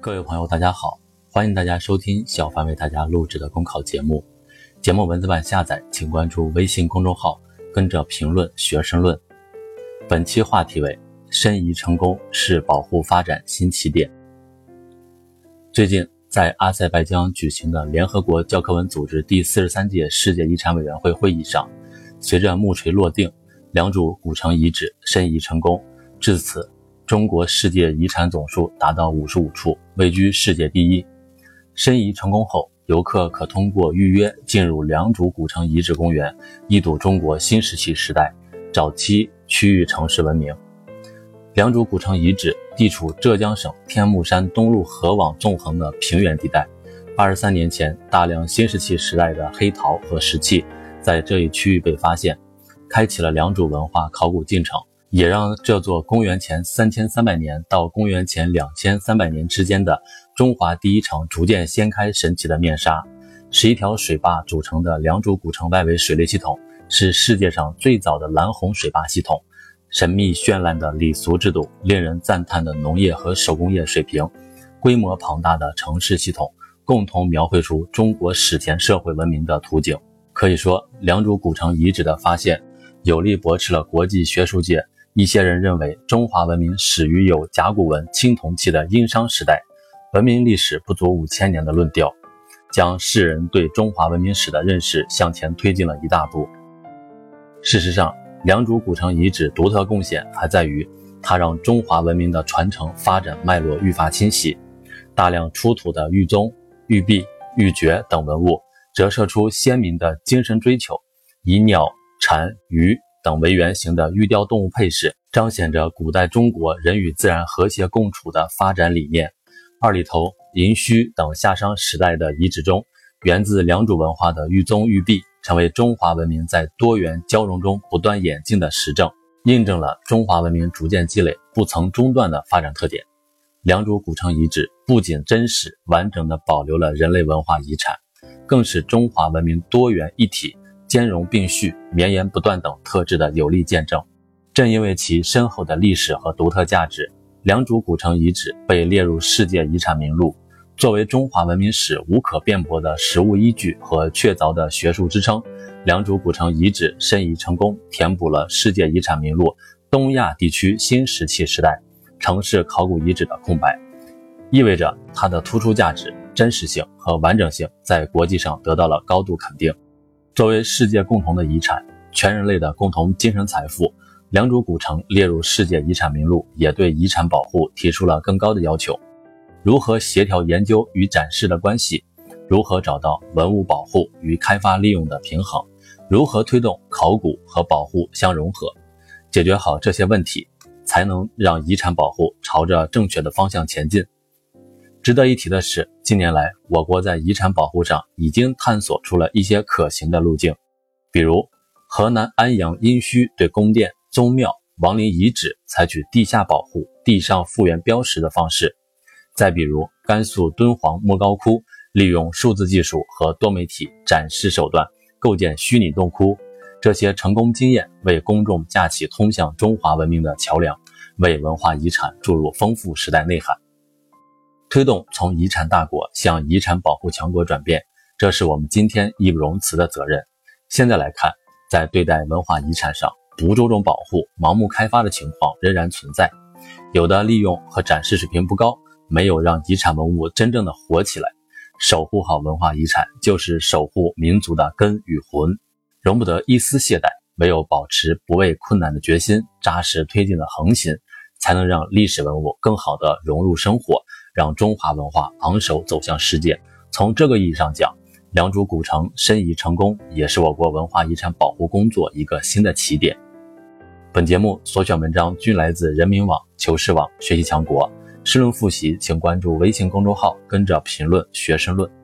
各位朋友大家好，欢迎大家收听小凡为大家录制的公考节目。节目文字版下载请关注微信公众号，跟着评论学申论。本期话题为申遗成功是保护发展新起点。最近在阿塞拜疆举行的联合国教科文组织第43届世界遗产委员会会议上，随着木锤落定，良渚古城遗址申遗成功，至此中国世界遗产总数达到55处，位居世界第一。申遗成功后，游客可通过预约进入良渚古城遗址公园，一睹中国新石器时代早期区域城市文明。良渚古城遗址地处浙江省天目山东麓河网纵横的平原地带。23年前，大量新石器时代的黑陶和石器在这一区域被发现，开启了良渚文化考古进程，也让这座公元前3300年到公元前2300年之间的中华第一城逐渐掀开神奇的面纱。11条水坝组成的良渚古城外围水利系统是世界上最早的蓝洪水坝系统，神秘绚烂的礼俗制度，令人赞叹的农业和手工业水平，规模庞大的城市系统，共同描绘出中国史前社会文明的图景。可以说，良渚古城遗址的发现有力驳斥了国际学术界一些人认为中华文明始于有甲骨文青铜器的殷商时代，文明历史不足5000年的论调，将世人对中华文明史的认识向前推进了一大步。事实上，良渚古城遗址独特贡献还在于它让中华文明的传承发展脉络愈发清晰。大量出土的玉宗、玉璧、玉珏等文物折射出先民的精神追求，以鸟、蝉、鱼等为原型的玉雕动物配饰，彰显着古代中国人与自然和谐共处的发展理念。二里头、银须等夏商时代的遗址中，源自良渚文化的玉宗玉璧成为中华文明在多元交融中不断演进的实证，印证了中华文明逐渐积累不曾中断的发展特点。良渚古城遗址不仅真实完整地保留了人类文化遗产，更是中华文明多元一体、兼容并蓄、绵延不断等特质的有力见证。正因为其深厚的历史和独特价值，良渚古城遗址被列入世界遗产名录。作为中华文明史无可辩驳的实物依据和确凿的学术支撑，良渚古城遗址申遗成功，填补了世界遗产名录东亚地区新石器时代城市考古遗址的空白，意味着它的突出价值、真实性和完整性在国际上得到了高度肯定。作为世界共同的遗产，全人类的共同精神财富，良渚古城列入世界遗产名录，也对遗产保护提出了更高的要求。如何协调研究与展示的关系，如何找到文物保护与开发利用的平衡，如何推动考古和保护相融合，解决好这些问题，才能让遗产保护朝着正确的方向前进。值得一提的是，近年来我国在遗产保护上已经探索出了一些可行的路径，比如河南安阳殷墟对宫殿、宗庙、王陵遗址采取地下保护、地上复原标识的方式，再比如甘肃敦煌莫高窟利用数字技术和多媒体展示手段构建虚拟洞窟，这些成功经验为公众架起通向中华文明的桥梁，为文化遗产注入丰富时代内涵。推动从遗产大国向遗产保护强国转变，这是我们今天义不容辞的责任。现在来看，在对待文化遗产上，不注重保护、盲目开发的情况仍然存在，有的利用和展示水平不高，没有让遗产文物真正的活起来。守护好文化遗产，就是守护民族的根与魂，容不得一丝懈怠，唯有保持不畏困难的决心，扎实推进的恒心，才能让历史文物更好地融入生活，让中华文化昂首走向世界。从这个意义上讲，良渚古城申遗成功，也是我国文化遗产保护工作一个新的起点。本节目所选文章均来自人民网、求是网、学习强国。申论复习请关注微信公众号，跟着评论学申论。